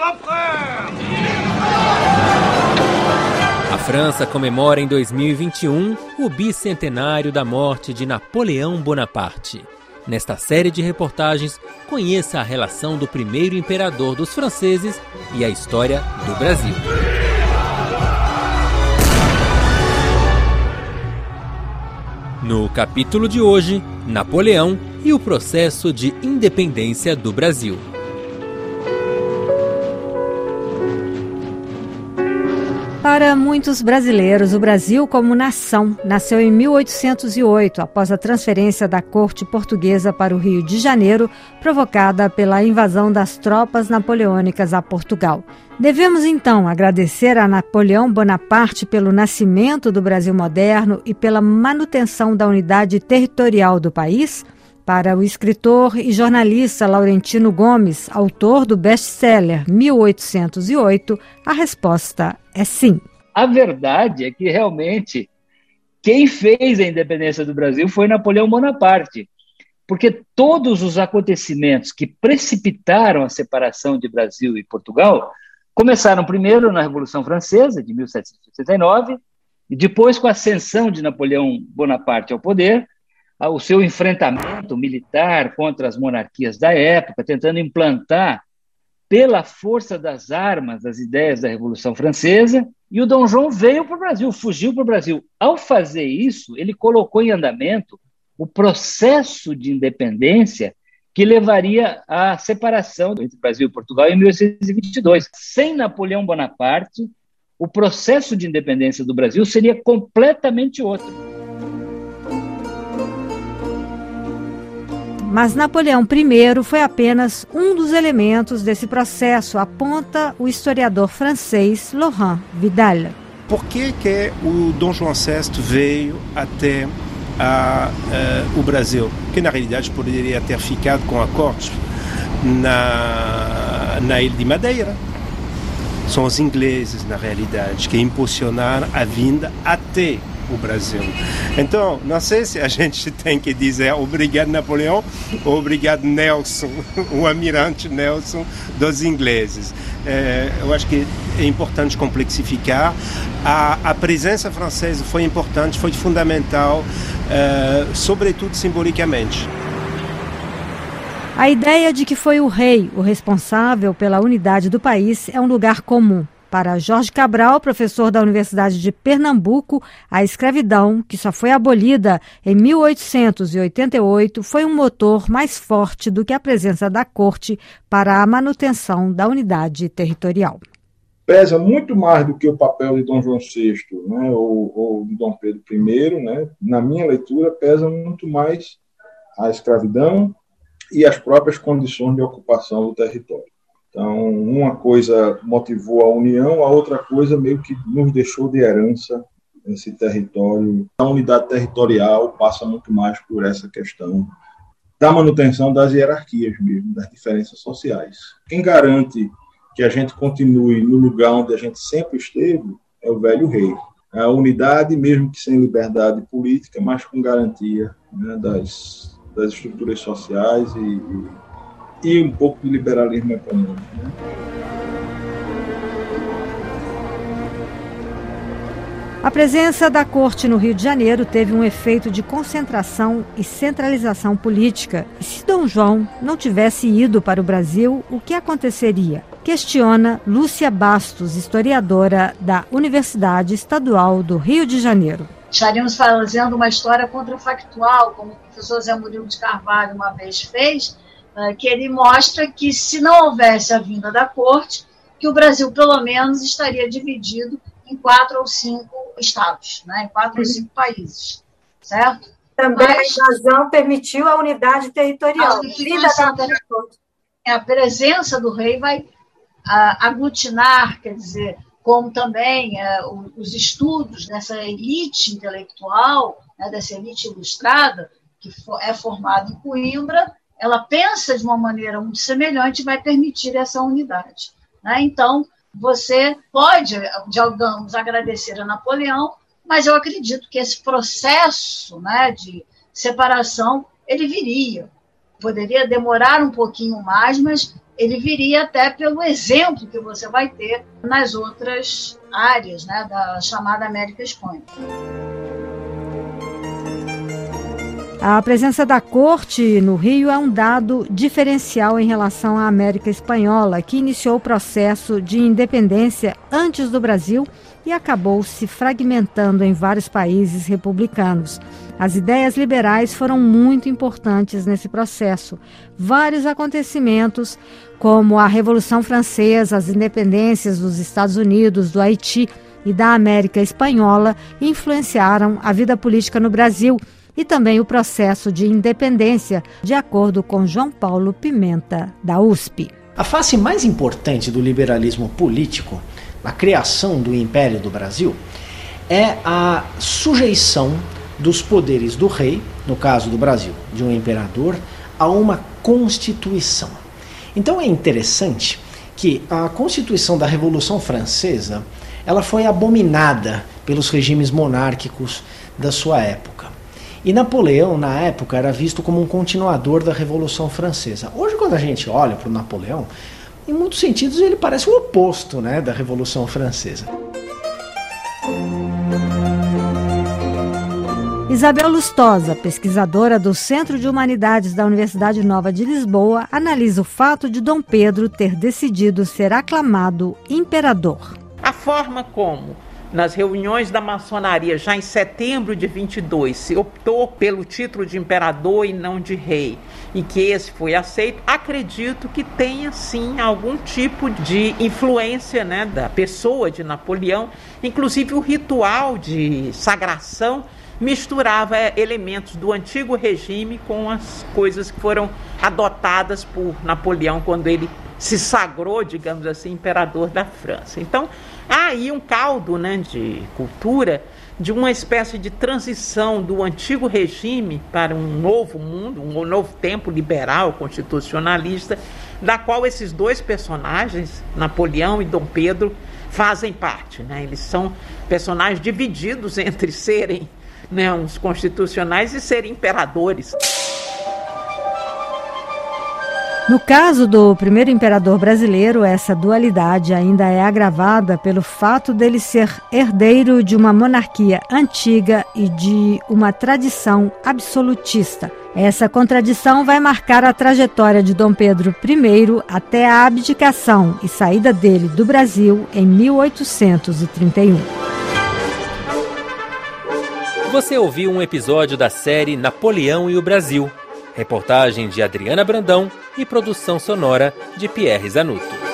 A França comemora em 2021 o bicentenário da morte de Napoleão Bonaparte. Nesta série de reportagens, conheça a relação do primeiro imperador dos franceses e a história do Brasil. No capítulo de hoje, Napoleão e o processo de independência do Brasil. Para muitos brasileiros, o Brasil como nação nasceu em 1808, após a transferência da corte portuguesa para o Rio de Janeiro, provocada pela invasão das tropas napoleônicas a Portugal. Devemos, então, agradecer a Napoleão Bonaparte pelo nascimento do Brasil moderno e pela manutenção da unidade territorial do país? Para o escritor e jornalista Laurentino Gomes, autor do best-seller 1808, a resposta é sim. A verdade é que, realmente, quem fez a independência do Brasil foi Napoleão Bonaparte, porque todos os acontecimentos que precipitaram a separação de Brasil e Portugal começaram primeiro na Revolução Francesa, de 1789, e depois com a ascensão de Napoleão Bonaparte ao poder, o seu enfrentamento militar contra as monarquias da época, tentando implantar, pela força das armas, as ideias da Revolução Francesa, e o Dom João veio para o Brasil, fugiu para o Brasil. Ao fazer isso, ele colocou em andamento o processo de independência que levaria à separação entre Brasil e Portugal em 1822. Sem Napoleão Bonaparte, o processo de independência do Brasil seria completamente outro. Mas Napoleão I foi apenas um dos elementos desse processo, aponta o historiador francês Laurent Vidal. Por que o Dom João VI veio até o Brasil? Que na realidade poderia ter ficado com a corte na Ilha de Madeira. São os ingleses, na realidade, que impulsionaram a vinda até o Brasil. Então, não sei se a gente tem que dizer obrigado Napoleão ou obrigado Nelson, o almirante Nelson dos ingleses. Eu acho que é importante complexificar. A presença francesa foi importante, foi fundamental, sobretudo simbolicamente. A ideia de que foi o rei o responsável pela unidade do país é um lugar comum. Para Jorge Cabral, professor da Universidade de Pernambuco, a escravidão, que só foi abolida em 1888, foi um motor mais forte do que a presença da corte para a manutenção da unidade territorial. Pesa muito mais do que o papel de Dom João VI, né, ou de Dom Pedro I, né, na minha leitura, pesa muito mais a escravidão e as próprias condições de ocupação do território. Então, uma coisa motivou a união, a outra coisa meio que nos deixou de herança esse território. A unidade territorial passa muito mais por essa questão da manutenção das hierarquias mesmo, das diferenças sociais. Quem garante que a gente continue no lugar onde a gente sempre esteve é o velho rei. A unidade, mesmo que sem liberdade política, mas com garantia, né, das estruturas sociais e um pouco de liberalismo econômico. Né? A presença da corte no Rio de Janeiro teve um efeito de concentração e centralização política. E se Dom João não tivesse ido para o Brasil, o que aconteceria? Questiona Lúcia Bastos, historiadora da Universidade Estadual do Rio de Janeiro. Estaríamos fazendo uma história contrafactual, como o professor Zé Murilo de Carvalho uma vez fez, que ele mostra que, se não houvesse a vinda da corte, que o Brasil, pelo menos, estaria dividido em 4 ou 5 estados, né? Em 4 ou 5 países, certo? Também a invasão permitiu a unidade territorial. A presença do rei vai aglutinar, quer dizer, como também os estudos dessa elite intelectual, né, dessa elite ilustrada, que é formada em Coimbra, ela pensa de uma maneira muito semelhante e vai permitir essa unidade. Né? Então, você pode, digamos, agradecer a Napoleão, mas eu acredito que esse processo, né, de separação, ele viria. Poderia demorar um pouquinho mais, mas ele viria até pelo exemplo que você vai ter nas outras áreas, né, da chamada América Hispânica. A presença da corte no Rio é um dado diferencial em relação à América Espanhola, que iniciou o processo de independência antes do Brasil e acabou se fragmentando em vários países republicanos. As ideias liberais foram muito importantes nesse processo. Vários acontecimentos, como a Revolução Francesa, as independências dos Estados Unidos, do Haiti e da América Espanhola, influenciaram a vida política no Brasil e também o processo de independência, de acordo com João Paulo Pimenta, da USP. A face mais importante do liberalismo político, na criação do Império do Brasil, é a sujeição dos poderes do rei, no caso do Brasil, de um imperador, a uma Constituição. Então é interessante que a Constituição da Revolução Francesa, ela foi abominada pelos regimes monárquicos da sua época. E Napoleão, na época, era visto como um continuador da Revolução Francesa. Hoje, quando a gente olha para o Napoleão, em muitos sentidos ele parece o oposto, né, da Revolução Francesa. Isabel Lustosa, pesquisadora do Centro de Humanidades da Universidade Nova de Lisboa, analisa o fato de Dom Pedro ter decidido ser aclamado imperador. A forma como, nas reuniões da maçonaria, já em setembro de 22, se optou pelo título de imperador e não de rei, e que esse foi aceito, acredito que tenha sim algum tipo de influência, né, da pessoa de Napoleão. Inclusive o ritual de sagração misturava elementos do antigo regime com as coisas que foram adotadas por Napoleão quando ele se sagrou, digamos assim, imperador da França. Então, há aí um caldo, né, de cultura, de uma espécie de transição do antigo regime para um novo mundo, um novo tempo liberal, constitucionalista, da qual esses dois personagens, Napoleão e Dom Pedro, fazem parte, né? Eles são personagens divididos entre serem, né, uns constitucionais e serem imperadores. No caso do primeiro imperador brasileiro, essa dualidade ainda é agravada pelo fato dele ser herdeiro de uma monarquia antiga e de uma tradição absolutista. Essa contradição vai marcar a trajetória de Dom Pedro I até a abdicação e saída dele do Brasil em 1831. Você ouviu um episódio da série Napoleão e o Brasil. Reportagem de Adriana Brandão e produção sonora de Pierre Zanutto.